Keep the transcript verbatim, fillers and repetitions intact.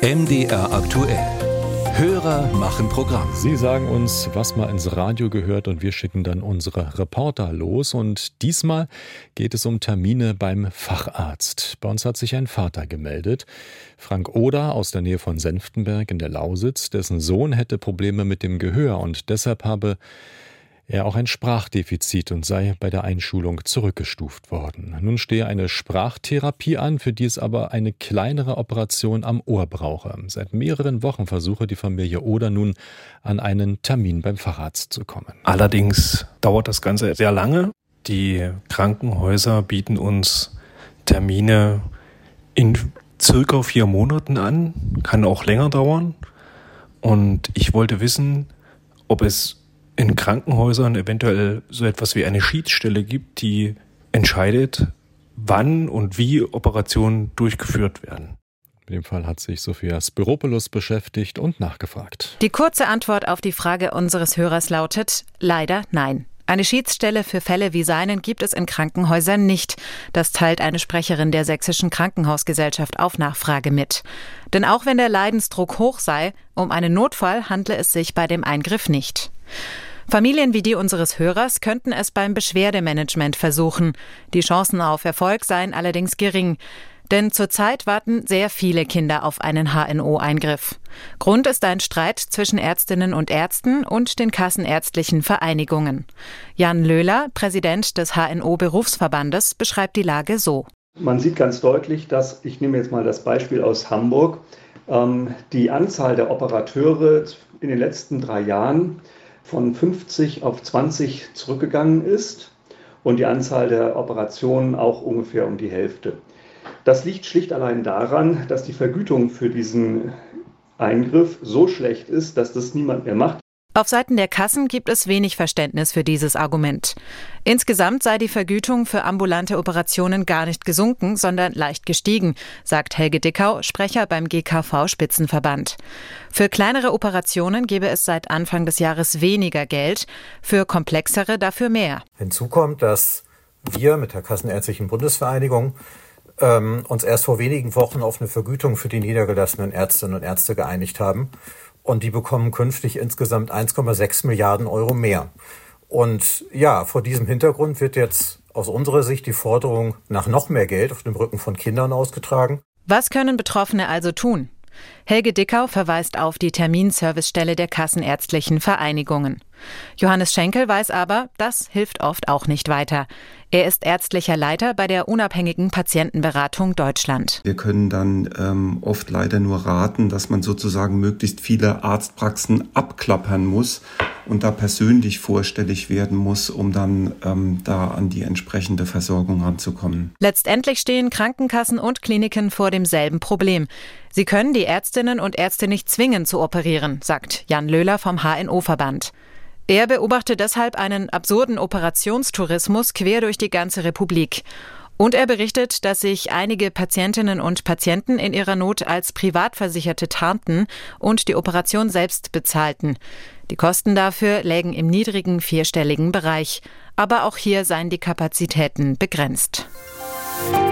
M D R aktuell. Hörer machen Programm. Sie sagen uns, was mal ins Radio gehört, und wir schicken dann unsere Reporter los. Und diesmal geht es um Termine beim Facharzt. Bei uns hat sich ein Vater gemeldet, Frank Oder aus der Nähe von Senftenberg in der Lausitz. Dessen Sohn hätte Probleme mit dem Gehör und deshalb habe er auch ein Sprachdefizit und sei bei der Einschulung zurückgestuft worden. Nun stehe eine Sprachtherapie an, für die es aber eine kleinere Operation am Ohr brauche. Seit mehreren Wochen versuche die Familie Oder nun an einen Termin beim Facharzt zu kommen. Allerdings dauert das Ganze sehr lange. Die Krankenhäuser bieten uns Termine in circa vier Monaten an, kann auch länger dauern. Und ich wollte wissen, ob es in Krankenhäusern eventuell so etwas wie eine Schiedsstelle gibt, die entscheidet, wann und wie Operationen durchgeführt werden. In dem Fall hat sich Sophia Spiropoulos beschäftigt und nachgefragt. Die kurze Antwort auf die Frage unseres Hörers lautet: leider nein. Eine Schiedsstelle für Fälle wie seinen gibt es in Krankenhäusern nicht. Das teilt eine Sprecherin der Sächsischen Krankenhausgesellschaft auf Nachfrage mit. Denn auch wenn der Leidensdruck hoch sei, um einen Notfall handle es sich bei dem Eingriff nicht. Familien wie die unseres Hörers könnten es beim Beschwerdemanagement versuchen. Die Chancen auf Erfolg seien allerdings gering. Denn zurzeit warten sehr viele Kinder auf einen H N O-Eingriff. Grund ist ein Streit zwischen Ärztinnen und Ärzten und den kassenärztlichen Vereinigungen. Jan Löhler, Präsident des H N O-Berufsverbandes, beschreibt die Lage so. Man sieht ganz deutlich, dass, ich nehme jetzt mal das Beispiel aus Hamburg, ähm, die Anzahl der Operateure in den letzten drei Jahren von fünfzig auf zwanzig zurückgegangen ist und die Anzahl der Operationen auch ungefähr um die Hälfte. Das liegt schlicht allein daran, dass die Vergütung für diesen Eingriff so schlecht ist, dass das niemand mehr macht. Auf Seiten der Kassen gibt es wenig Verständnis für dieses Argument. Insgesamt sei die Vergütung für ambulante Operationen gar nicht gesunken, sondern leicht gestiegen, sagt Helge Dickau, Sprecher beim G K V-Spitzenverband. Für kleinere Operationen gebe es seit Anfang des Jahres weniger Geld, für komplexere dafür mehr. Hinzu kommt, dass wir mit der Kassenärztlichen Bundesvereinigung ähm, uns erst vor wenigen Wochen auf eine Vergütung für die niedergelassenen Ärztinnen und Ärzte geeinigt haben. Und die bekommen künftig insgesamt eins Komma sechs Milliarden Euro mehr. Und ja, vor diesem Hintergrund wird jetzt aus unserer Sicht die Forderung nach noch mehr Geld auf dem Rücken von Kindern ausgetragen. Was können Betroffene also tun? Helge Dickau verweist auf die Terminservicestelle der kassenärztlichen Vereinigungen. Johannes Schenkel weiß aber, das hilft oft auch nicht weiter. Er ist ärztlicher Leiter bei der unabhängigen Patientenberatung Deutschland. Wir können dann ähm, oft leider nur raten, dass man sozusagen möglichst viele Arztpraxen abklappern muss und da persönlich vorstellig werden muss, um dann ähm, da an die entsprechende Versorgung ranzukommen. Letztendlich stehen Krankenkassen und Kliniken vor demselben Problem. Sie können die Ärztinnen und Ärzte nicht zwingen zu operieren, sagt Jan Löhler vom H N O-Verband. Er beobachtet deshalb einen absurden Operationstourismus quer durch die ganze Republik. Und er berichtet, dass sich einige Patientinnen und Patienten in ihrer Not als Privatversicherte tarnten und die Operation selbst bezahlten. Die Kosten dafür lägen im niedrigen vierstelligen Bereich. Aber auch hier seien die Kapazitäten begrenzt.